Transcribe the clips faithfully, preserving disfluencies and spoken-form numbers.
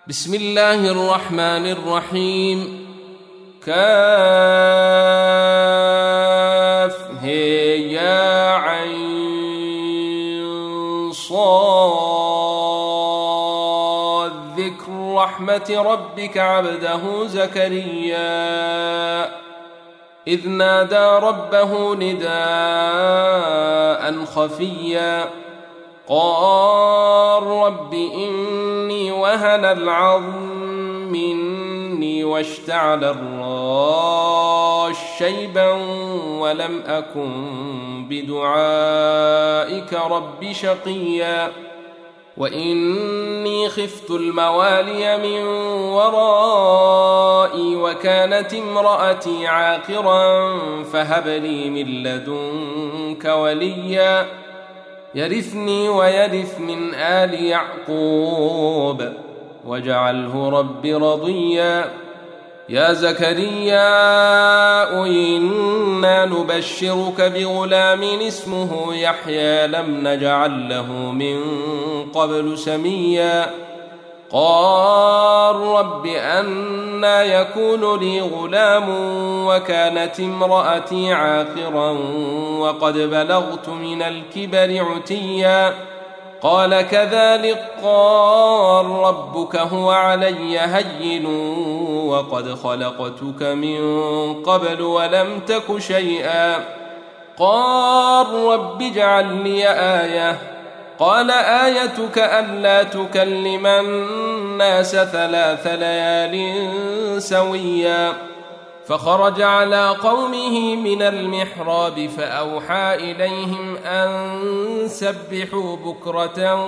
بسم الله الرحمن الرحيم. كاف هي يا عين صاد ذكر رحمة ربك عبده زكريا إذ نادى ربه نداء خفيا قال رب إني وهن العظم مني واشتعل الراس شيبا ولم أكن بدعائك رب شقيا وإني خفت الموالي من ورائي وكانت امرأتي عاقرا فهب لي من لدنك وليا يرثني ويرث من آل يعقوب واجعله رب رضيا يا زكريا إنا نبشرك بغلام اسمه يحيى لم نجعل له من قبل سميا قال رب أنى يكون لي غلام وكانت امرأتي عاقرا وقد بلغت من الكبر عتيا قال كذلك قال ربك هو علي هين وقد خلقتك من قبل ولم تك شيئا قال رب اجعل لي آية قال آيتك ألا تكلم الناس ثلاث ليال سويا فخرج على قومه من المحراب فأوحى إليهم أن سبحوا بكرة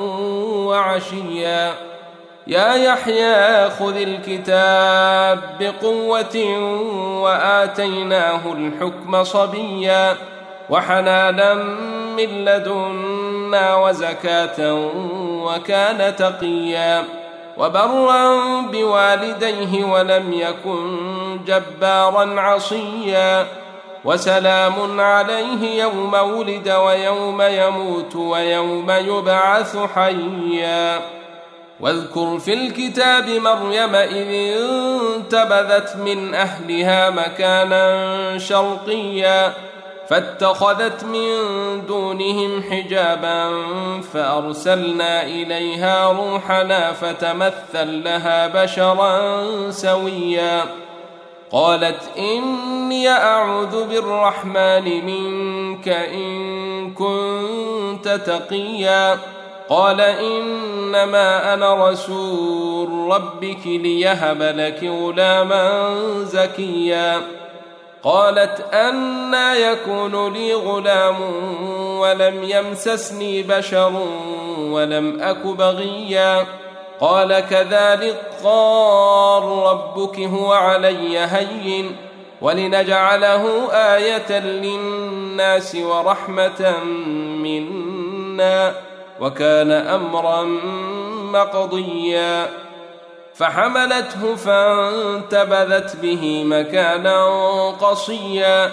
وعشيا يا يحيى خذ الكتاب بقوة وآتيناه الحكم صبيا وحنانا من لدنا وزكاة وكان تقيا وبرا بوالديه ولم يكن جبارا عصيا وسلام عليه يوم ولد ويوم يموت ويوم يبعث حيا واذكر في الكتاب مريم إذ انتبذت من أهلها مكانا شرقيا فاتخذت من دونهم حجابا فأرسلنا إليها روحنا فتمثل لها بشرا سويا قالت إني أعوذ بالرحمن منك إن كنت تقيا قال إنما أنا رسول ربك ليهب لك غلاما زكيا قالت أنى يكون لي غلام ولم يمسسني بشر ولم أك بغيا قال كذلك قال ربك هو علي هين ولنجعله آية للناس ورحمة منا وكان أمرا مقضيا فحملته فانتبذت به مكانا قصيا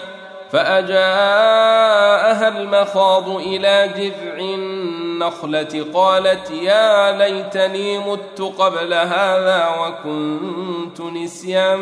فأجاءها المخاض إلى جذع النخلة قالت يا ليتني مت قبل هذا وكنت نسيا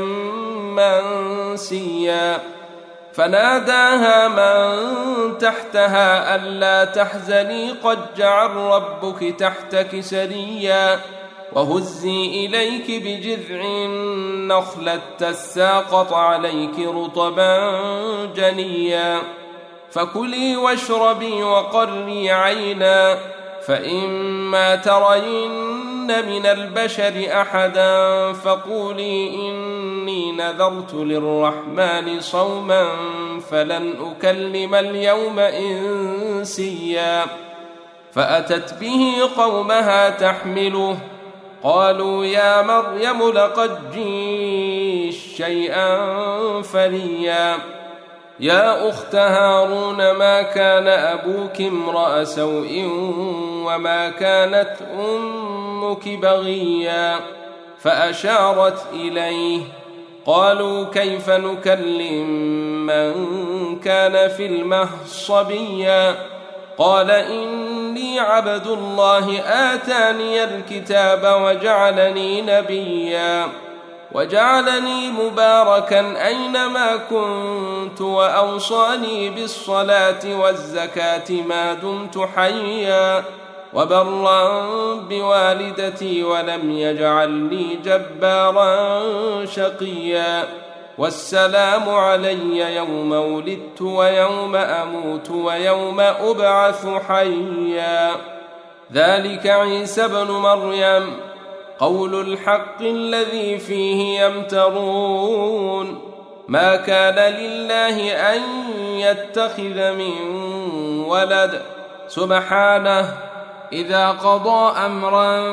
منسيا فناداها من تحتها ألا تحزني قد جعل ربك تحتك سريا وهزي إليك بجذع النخلة تساقط عليك رطبا جنيا فكلي واشربي وقري عينا فإما ترين من البشر أحدا فقولي إني نذرت للرحمن صوما فلن أكلم اليوم إنسيا فأتت به قومها تحمله قالوا يا مريم لقد جئت شيئا فريا يا أخت هارون ما كان أبوك امرأ سوء وما كانت أمك بغيا فأشارت إليه قالوا كيف نكلم من كان في المهد صبيا قال إني عبد الله آتاني الكتاب وجعلني نبيا وجعلني مباركا أينما كنت وأوصاني بالصلاة والزكاة ما دمت حيا وبرا بوالدتي ولم يجعلني جبارا شقيا والسلام علي يوم ولدت ويوم أموت ويوم أبعث حيا ذلك عيسى بن مريم قول الحق الذي فيه يمترون ما كان لله أن يتخذ من ولد سبحانه إذا قضى أمرا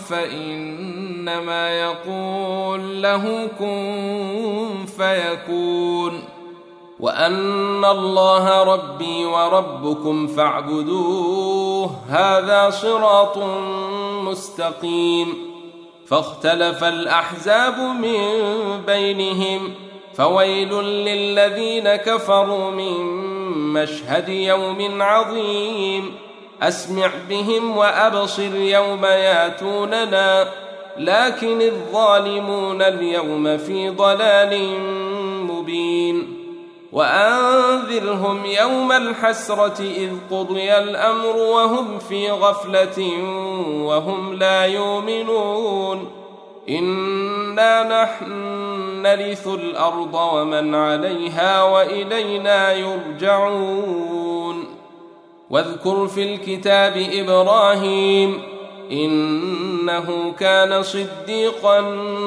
فإنما يقول له كن فيكون وأن الله ربي وربكم فاعبدوه هذا صراط مستقيم فاختلف الأحزاب من بينهم فويل للذين كفروا من مشهد يوم عظيم أسمع بهم وأبصر يوم ياتوننا لكن الظالمون اليوم في ضلال مبين وأنذرهم يوم الحسرة إذ قضي الأمر وهم في غفلة وهم لا يؤمنون إنا نحن نرث الأرض ومن عليها وإلينا يرجعون واذكر في الكتاب إبراهيم إنه كان صديقا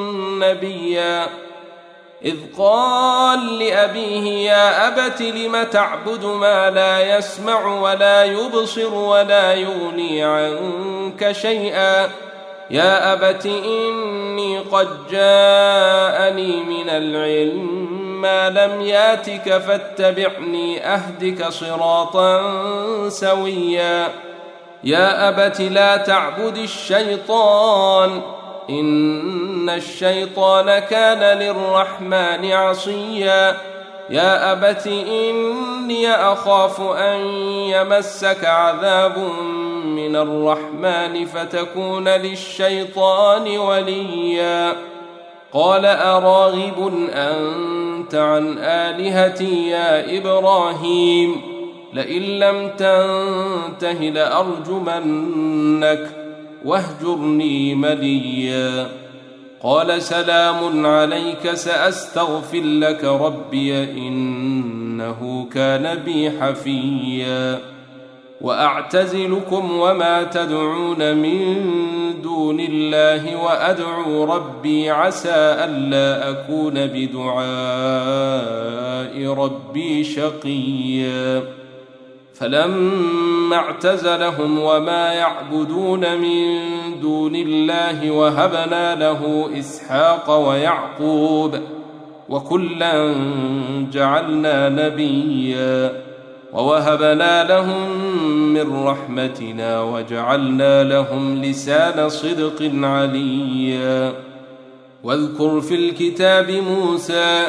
نبيا إذ قال لأبيه يا أبت لم تعبد ما لا يسمع ولا يبصر ولا يغني عنك شيئا يا أبت إني قد جاءني من العلم ما لم ياتك فاتبعني أهدك صراطا سويا يا أبت لا تعبد الشيطان إن الشيطان كان للرحمن عصيا يا أبت إني أخاف أن يمسك عذاب من الرحمن فتكون للشيطان وليا قال أراغب أنت عن آلهتي يا إبراهيم لئن لم تنته لأرجمنك واهجرني مليا قال سلام عليك سأستغفر لك ربي إنه كان بي حفيا وأعتزلكم وما تدعون من دون الله وأدعو ربي عسى ألا أكون بدعاء ربي شقيا فلما اعتزلهم وما يعبدون من دون الله وهبنا له إسحاق ويعقوب وكلا جعلنا نبيا ووهبنا لهم من رحمتنا وجعلنا لهم لسان صدق عليا واذكر في الكتاب موسى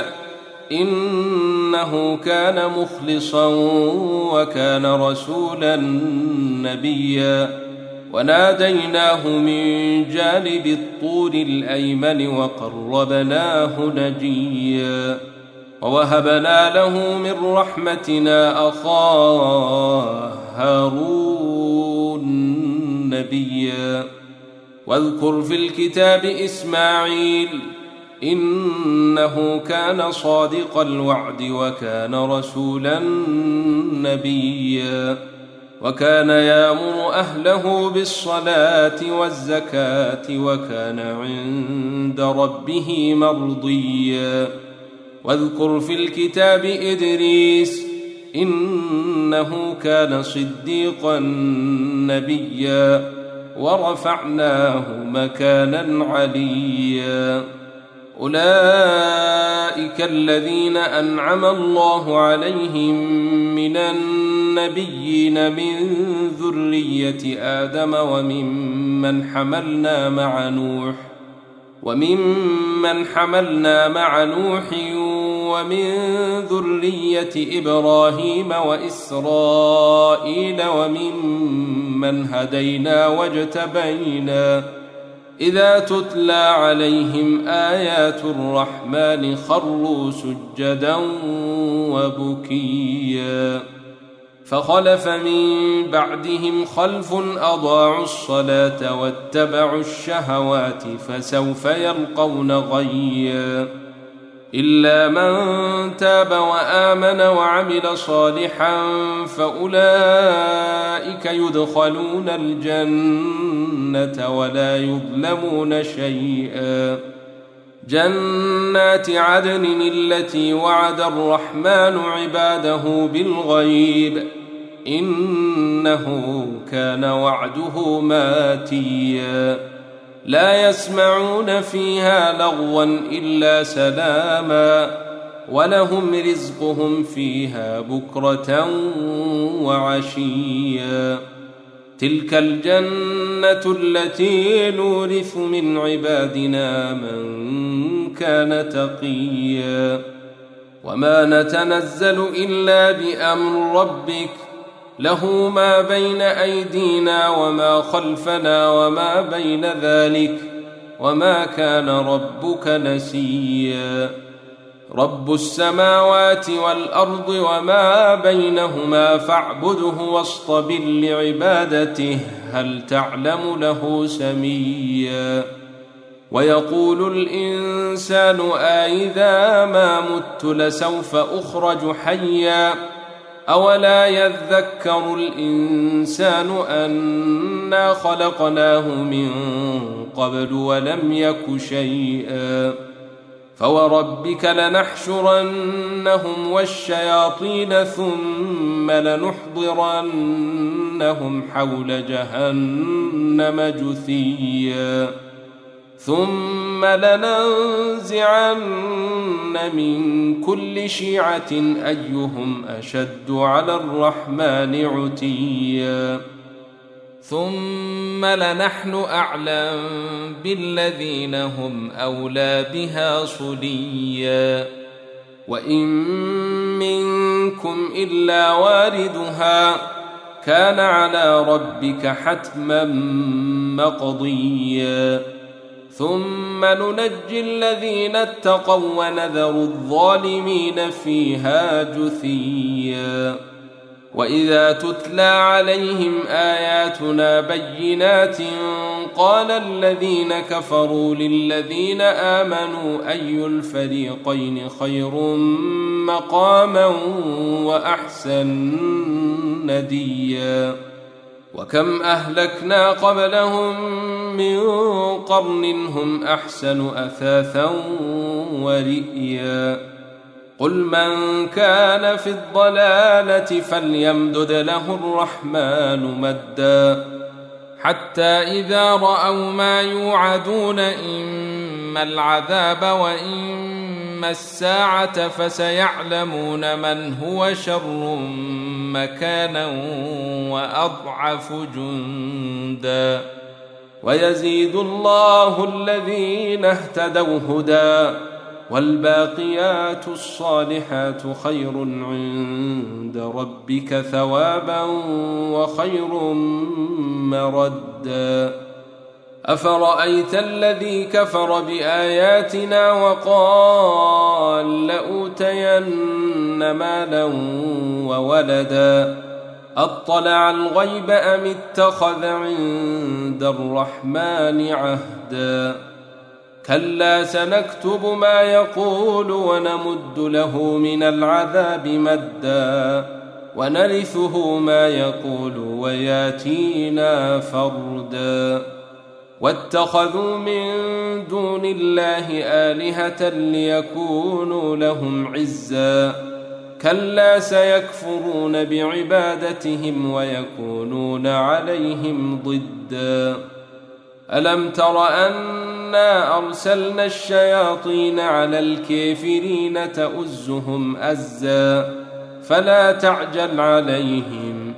إنه كان مخلصا وكان رسولا نبيا وناديناه من جانب الطور الأيمن وقربناه نجيا ووهبنا له من رحمتنا أخاه هارون نبيا واذكر في الكتاب إسماعيل إنه كان صادق الوعد وكان رسولا نبيا وكان يأمر أهله بالصلاة والزكاة وكان عند ربه مرضيا واذكر في الكتاب إدريس إنه كان صديقا نبيا ورفعناه مكانا عليا أولئك الذين أنعم الله عليهم من النبيين من ذرية آدم وممن حملنا مع نوح وممن حملنا مع نوح ومن ذرية إبراهيم وإسرائيل وممن هدينا واجتبينا إذا تتلى عليهم آيات الرحمن خروا سجدا وبكيا فخلف من بعدهم خلف أضاعوا الصلاة واتبعوا الشهوات فسوف يلقون غيا إلا من تاب وآمن وعمل صالحا فأولئك يدخلون الجنة ولا يظلمون شيئا جنات عدن التي وعد الرحمن عباده بالغيب إنه كان وعده ماتيا لا يسمعون فيها لغوا إلا سلاما ولهم رزقهم فيها بكرة وعشيا تلك الجنة التي نورث من عبادنا من كان تقيا وما نتنزل إلا بأمر ربك له ما بين أيدينا وما خلفنا وما بين ذلك وما كان ربك نسيا رب السماوات والأرض وما بينهما فاعبده واصطبر لعبادته هل تعلم له سميا ويقول الإنسان أإذا ما مت لسوف أخرج حيا أولا يذكر الإنسان أنا خلقناه من قبل ولم يك شيئا فوربك لنحشرنهم والشياطين ثم لنحضرنهم حول جهنم جثيا ثم لننزعن من كل شيعة أيهم أشد على الرحمن عتيا ثم لنحن أعلم بالذين هم أولى بها صليا وإن منكم إلا واردها كان على ربك حتما مقضيا ثم ننجي الذين اتقوا ونذر الظالمين فيها جثيا وإذا تتلى عليهم آياتنا بينات قال الذين كفروا للذين آمنوا أي الفريقين خير مقاما وأحسن نديا وكم أهلكنا قبلهم من قرن هم أحسن أثاثا ورئيا قل من كان في الضلالة فليمدد له الرحمن مدا حتى إذا رأوا ما يوعدون إما العذاب وإما الساعة فسيعلمون من هو شر مكانا وأضعف جندا ويزيد الله الذين اهتدوا هدى والباقيات الصالحات خير عند ربك ثوابا وخير مردا أفرأيت الذي كفر بآياتنا وقال لأوتين مالا وولدا أطلع الغيب أم اتخذ عند الرحمن عهدا كلا سنكتب ما يقول ونمد له من العذاب مدا ونرثه ما يقول وياتينا فردا واتخذوا من دون الله آلهة ليكونوا لهم عزا كلا سيكفرون بعبادتهم ويكونون عليهم ضدا ألم تر أنا أرسلنا الشياطين على الكافرين تؤزهم أزا فلا تعجل عليهم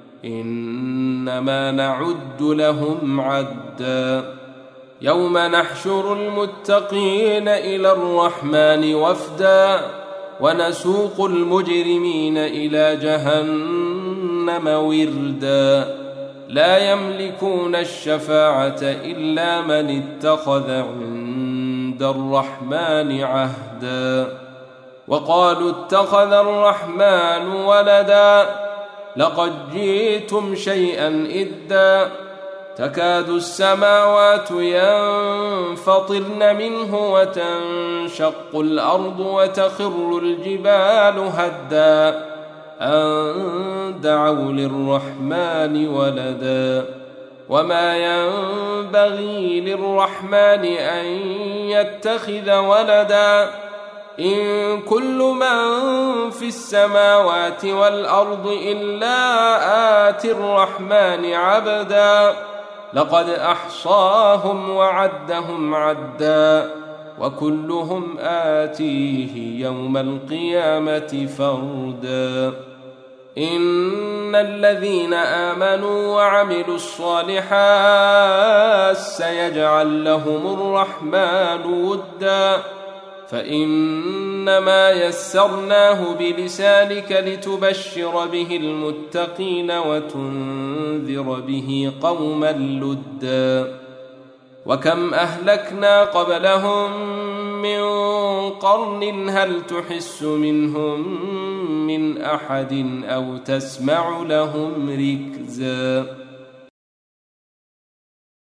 إنما نعد لهم عدا يوم نحشر المتقين إلى الرحمن وفدا ونسوق المجرمين إلى جهنم وردا لا يملكون الشفاعة إلا من اتخذ عند الرحمن عهدا وقالوا اتخذ الرحمن ولدا لقد جئتم شيئا إدا تكاد السماوات ينفطرن منه وتنشق الأرض وتخر الجبال هدا أن دعوا للرحمن ولدا وما ينبغي للرحمن أن يتخذ ولدا إن كل من في السماوات والأرض إلا آتي الرحمن عبدا لقد أحصاهم وعدهم عدا وكلهم آتيه يوم القيامة فردا إن الذين آمنوا وعملوا الصالحات سيجعل لهم الرحمن ودا فإنما يسرناه بلسانك لتبشر به المتقين وتنذر به قوما لدا وكم أهلكنا قبلهم من قرن هل تحس منهم من أحد أو تسمع لهم ركزا